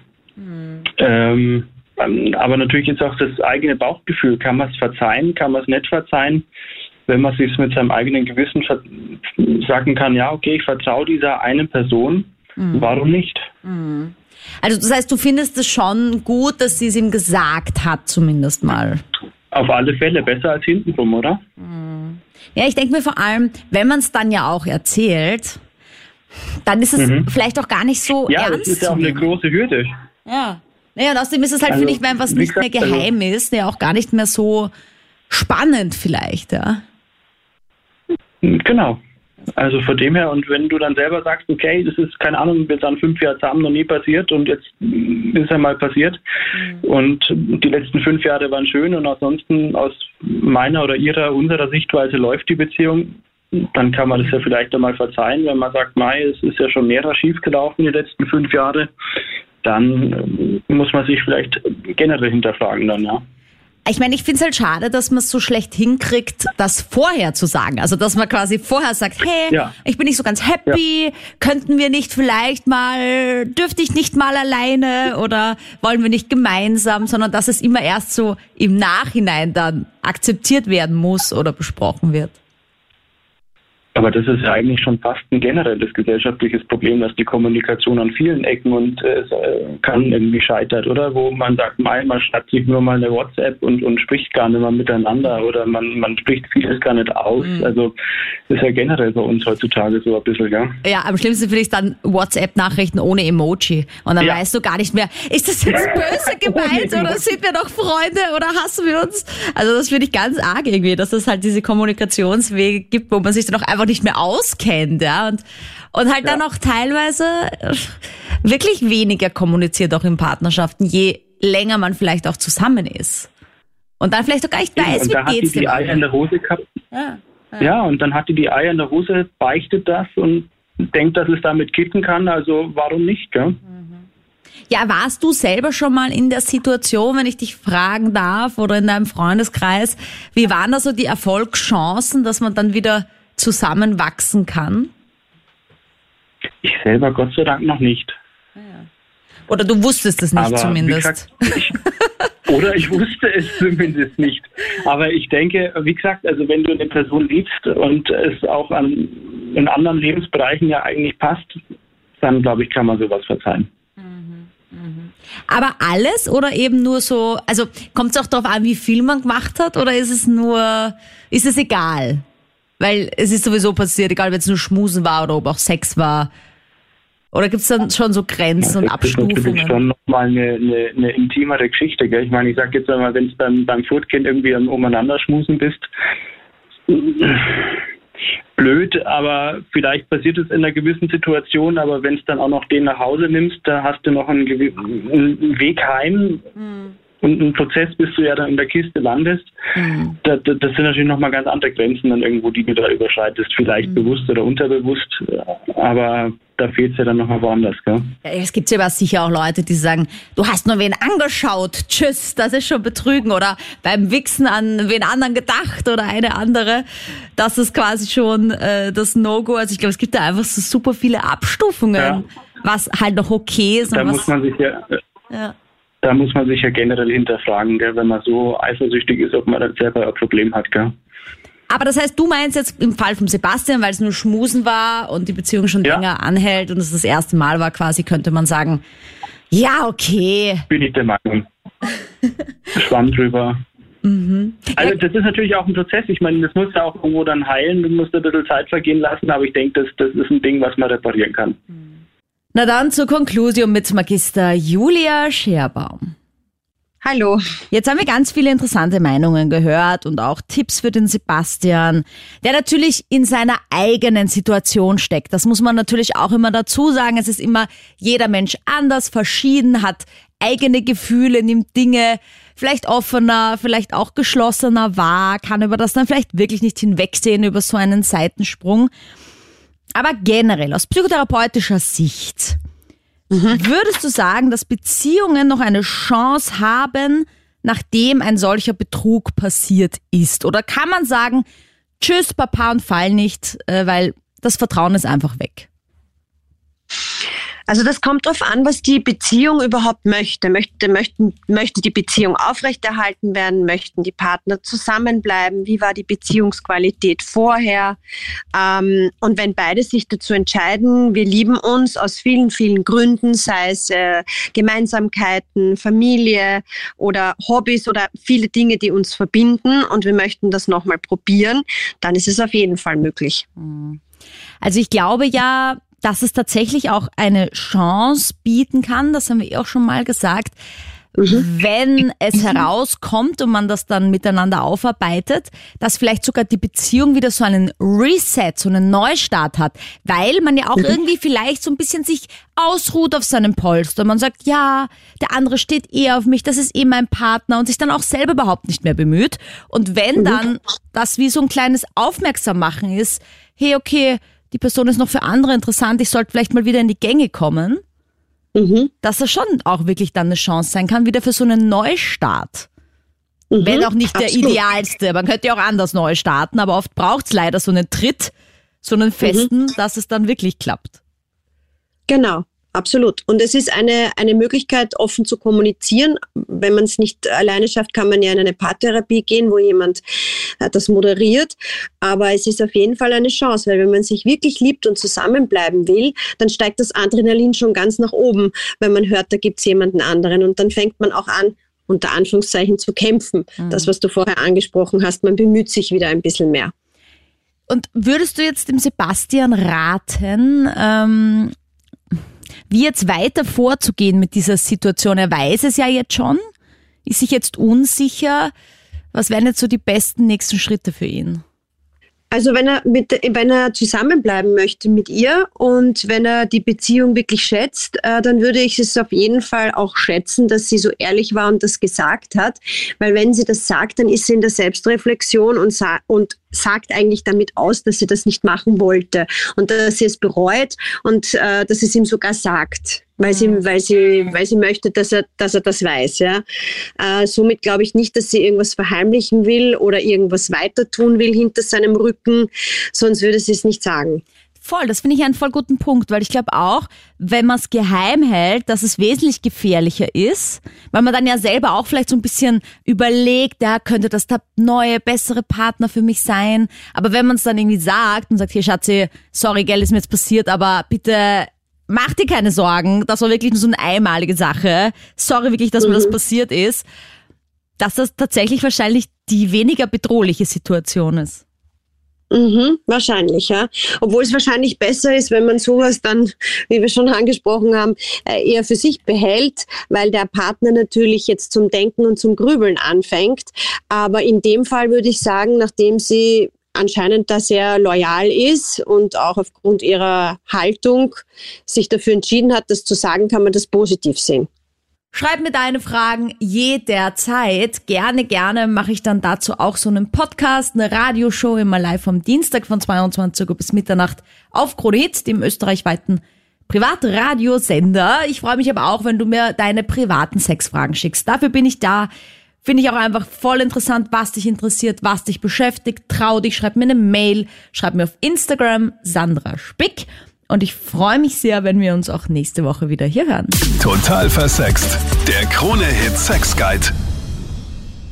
Aber natürlich ist auch das eigene Bauchgefühl. Kann man es verzeihen, kann man es nicht verzeihen? Wenn man sich mit seinem eigenen Gewissen sagen kann, ja, okay, ich vertraue dieser einen Person, warum nicht? Also das heißt, du findest es schon gut, dass sie es ihm gesagt hat, zumindest mal? Auf alle Fälle, besser als hintenrum, oder? Ja, ich denke mir vor allem, wenn man es dann ja auch erzählt, dann ist es vielleicht auch gar nicht so ernst. Ja, das ist ja auch eine große Hürde. Ja. Naja, und außerdem ist es halt, Also, finde ich, wenn was wie nicht mehr gesagt, geheim ist, ja auch gar nicht mehr so spannend vielleicht, ja. Genau. Also von dem her, und wenn du dann selber sagst, okay, das ist, keine Ahnung, wir sind 5 Jahre zusammen, noch nie passiert und jetzt ist einmal passiert und die letzten 5 Jahre waren schön und ansonsten aus meiner oder unserer Sichtweise läuft die Beziehung, dann kann man das ja vielleicht einmal verzeihen, wenn man sagt, mei, es ist ja schon mehrer schief gelaufen die letzten 5 Jahre, dann muss man sich vielleicht generell hinterfragen dann, ja. Ich meine, ich finde es halt schade, dass man es so schlecht hinkriegt, das vorher zu sagen. Also, dass man quasi vorher sagt, hey, ich bin nicht so ganz happy, könnten wir nicht vielleicht mal, dürfte ich nicht mal alleine oder wollen wir nicht gemeinsam, sondern dass es immer erst so im Nachhinein dann akzeptiert werden muss oder besprochen wird. Aber das ist ja eigentlich schon fast ein generelles gesellschaftliches Problem, dass die Kommunikation an vielen Ecken und kann irgendwie scheitert, oder? Wo man sagt, man schreibt sich nur mal eine WhatsApp und spricht gar nicht mehr miteinander oder man spricht vieles gar nicht aus. Also das ist ja generell bei uns heutzutage so ein bisschen, ja. Ja, am schlimmsten finde ich dann WhatsApp-Nachrichten ohne Emoji. Und dann weißt du gar nicht mehr, ist das jetzt böse gemeint oder sind wir noch Freunde oder hassen wir uns? Also das finde ich ganz arg irgendwie, dass es halt diese Kommunikationswege gibt, wo man sich dann auch einfach nicht mehr auskennt, ja, und halt dann auch teilweise wirklich weniger kommuniziert auch in Partnerschaften, je länger man vielleicht auch zusammen ist. Und dann vielleicht auch gar nicht weiß, und wie geht's dem. Und da hat die Eier in der Hose gehabt. Ja, und dann hat die Eier in der Hose, beichtet das und denkt, dass es damit kippen kann, also warum nicht, ja? Ja, warst du selber schon mal in der Situation, wenn ich dich fragen darf, oder in deinem Freundeskreis, wie waren da so die Erfolgschancen, dass man dann wieder zusammenwachsen kann? Ich selber Gott sei Dank noch nicht. Oder du wusstest es nicht. Aber zumindest. Wie gesagt, ich wusste es zumindest nicht. Aber ich denke, wie gesagt, also wenn du eine Person liebst und es auch in anderen Lebensbereichen ja eigentlich passt, dann glaube ich, kann man sowas verzeihen. Aber alles oder eben nur so, also kommt es auch darauf an, wie viel man gemacht hat, oder ist es egal? Weil es ist sowieso passiert, egal wenn es nur Schmusen war oder ob auch Sex war. Oder gibt es dann schon so Grenzen und Abstufungen? Das ist natürlich schon nochmal eine intimere Geschichte. Gell? Ich meine, ich sage jetzt einmal, wenn du beim Furtkind irgendwie umeinander schmusen bist, blöd, aber vielleicht passiert es in einer gewissen Situation, aber wenn es dann auch noch den nach Hause nimmst, da hast du noch einen Weg heim. Und im Prozess, bis du ja dann in der Kiste landest, das sind natürlich nochmal ganz andere Grenzen dann irgendwo, die du da überschreitest, vielleicht bewusst oder unterbewusst, aber da fehlt es ja dann nochmal woanders, gell? Ja, es gibt ja aber sicher auch Leute, die sagen, du hast nur wen angeschaut, tschüss, das ist schon Betrügen, oder beim Wichsen an wen anderen gedacht oder eine andere, das ist quasi schon das No-Go. Also ich glaube, es gibt da einfach so super viele Abstufungen, was halt noch okay ist. Da muss man sich Da muss man sich ja generell hinterfragen, gell, wenn man so eifersüchtig ist, ob man dann selber ein Problem hat, gell? Aber das heißt, du meinst jetzt im Fall von Sebastian, weil es nur Schmusen war und die Beziehung schon länger anhält und es das erste Mal war quasi, könnte man sagen, ja, okay. Bin ich der Meinung. Schwamm drüber. Also das ist natürlich auch ein Prozess. Ich meine, das muss ja auch irgendwo dann heilen. Du musst ein bisschen Zeit vergehen lassen, aber ich denke, das ist ein Ding, was man reparieren kann. Na dann zur Konklusion mit Magister Julia Scherbaum. Hallo. Jetzt haben wir ganz viele interessante Meinungen gehört und auch Tipps für den Sebastian, der natürlich in seiner eigenen Situation steckt. Das muss man natürlich auch immer dazu sagen. Es ist immer jeder Mensch anders, verschieden, hat eigene Gefühle, nimmt Dinge vielleicht offener, vielleicht auch geschlossener wahr, kann über das dann vielleicht wirklich nicht hinwegsehen, über so einen Seitensprung. Aber generell, aus psychotherapeutischer Sicht, würdest du sagen, dass Beziehungen noch eine Chance haben, nachdem ein solcher Betrug passiert ist? Oder kann man sagen, tschüss, Papa und Fall nicht, weil das Vertrauen ist einfach weg? Also das kommt darauf an, was die Beziehung überhaupt möchte. Möchte die Beziehung aufrechterhalten werden? Möchten die Partner zusammenbleiben? Wie war die Beziehungsqualität vorher? Und wenn beide sich dazu entscheiden, wir lieben uns aus vielen, vielen Gründen, sei es Gemeinsamkeiten, Familie oder Hobbys oder viele Dinge, die uns verbinden und wir möchten das nochmal probieren, dann ist es auf jeden Fall möglich. Also ich glaube ja, dass es tatsächlich auch eine Chance bieten kann, das haben wir auch schon mal gesagt, wenn es herauskommt und man das dann miteinander aufarbeitet, dass vielleicht sogar die Beziehung wieder so einen Reset, so einen Neustart hat, weil man ja auch irgendwie vielleicht so ein bisschen sich ausruht auf seinem Polster. Man sagt, ja, der andere steht eher auf mich, das ist eh mein Partner und sich dann auch selber überhaupt nicht mehr bemüht. Und wenn dann das wie so ein kleines Aufmerksammachen ist, hey, okay, die Person ist noch für andere interessant, ich sollte vielleicht mal wieder in die Gänge kommen, dass das schon auch wirklich dann eine Chance sein kann, wieder für so einen Neustart. Wenn auch nicht der idealste, man könnte ja auch anders neu starten, aber oft braucht es leider so einen Tritt, so einen festen, dass es dann wirklich klappt. Genau. Absolut. Und es ist eine Möglichkeit, offen zu kommunizieren. Wenn man es nicht alleine schafft, kann man ja in eine Paartherapie gehen, wo jemand das moderiert. Aber es ist auf jeden Fall eine Chance, weil wenn man sich wirklich liebt und zusammenbleiben will, dann steigt das Adrenalin schon ganz nach oben, wenn man hört, da gibt es jemanden anderen. Und dann fängt man auch an, unter Anführungszeichen zu kämpfen. Das, was du vorher angesprochen hast, man bemüht sich wieder ein bisschen mehr. Und würdest du jetzt dem Sebastian raten, wie jetzt weiter vorzugehen mit dieser Situation? Er weiß es ja jetzt schon, ist sich jetzt unsicher. Was wären jetzt so die besten nächsten Schritte für ihn? Also wenn er zusammenbleiben möchte mit ihr und wenn er die Beziehung wirklich schätzt, dann würde ich es auf jeden Fall auch schätzen, dass sie so ehrlich war und das gesagt hat. Weil wenn sie das sagt, dann ist sie in der Selbstreflexion und sagt eigentlich damit aus, dass sie das nicht machen wollte und dass sie es bereut und dass sie es ihm sogar sagt. Weil sie möchte, dass er das weiß, ja. Somit glaube ich nicht, dass sie irgendwas verheimlichen will oder irgendwas weiter tun will hinter seinem Rücken, sonst würde sie es nicht sagen. Voll, das finde ich einen voll guten Punkt, weil ich glaube auch, wenn man es geheim hält, dass es wesentlich gefährlicher ist, weil man dann ja selber auch vielleicht so ein bisschen überlegt, ja, könnte das der neue, bessere Partner für mich sein, aber wenn man es dann irgendwie sagt und sagt, hier Schatzi, sorry, gell, ist mir jetzt passiert, aber bitte mach dir keine Sorgen, das war wirklich nur so eine einmalige Sache. Sorry wirklich, dass mir das passiert ist. Dass das tatsächlich wahrscheinlich die weniger bedrohliche Situation ist. Wahrscheinlich, ja. Obwohl es wahrscheinlich besser ist, wenn man sowas dann, wie wir schon angesprochen haben, eher für sich behält, weil der Partner natürlich jetzt zum Denken und zum Grübeln anfängt. Aber in dem Fall würde ich sagen, nachdem sie anscheinend da sehr loyal ist und auch aufgrund ihrer Haltung sich dafür entschieden hat, das zu sagen, kann man das positiv sehen. Schreib mir deine Fragen jederzeit. Gerne mache ich dann dazu auch so einen Podcast, eine Radioshow immer live am Dienstag von 22 Uhr bis Mitternacht auf Krone Hit, dem österreichweiten Privatradiosender. Ich freue mich aber auch, wenn du mir deine privaten Sexfragen schickst. Dafür bin ich da. Finde ich auch einfach voll interessant, was dich interessiert, was dich beschäftigt. Trau dich, schreib mir eine Mail, schreib mir auf Instagram Sandra Spick. Und ich freue mich sehr, wenn wir uns auch nächste Woche wieder hier hören. Total versext. Der Krone Hit Sex Guide.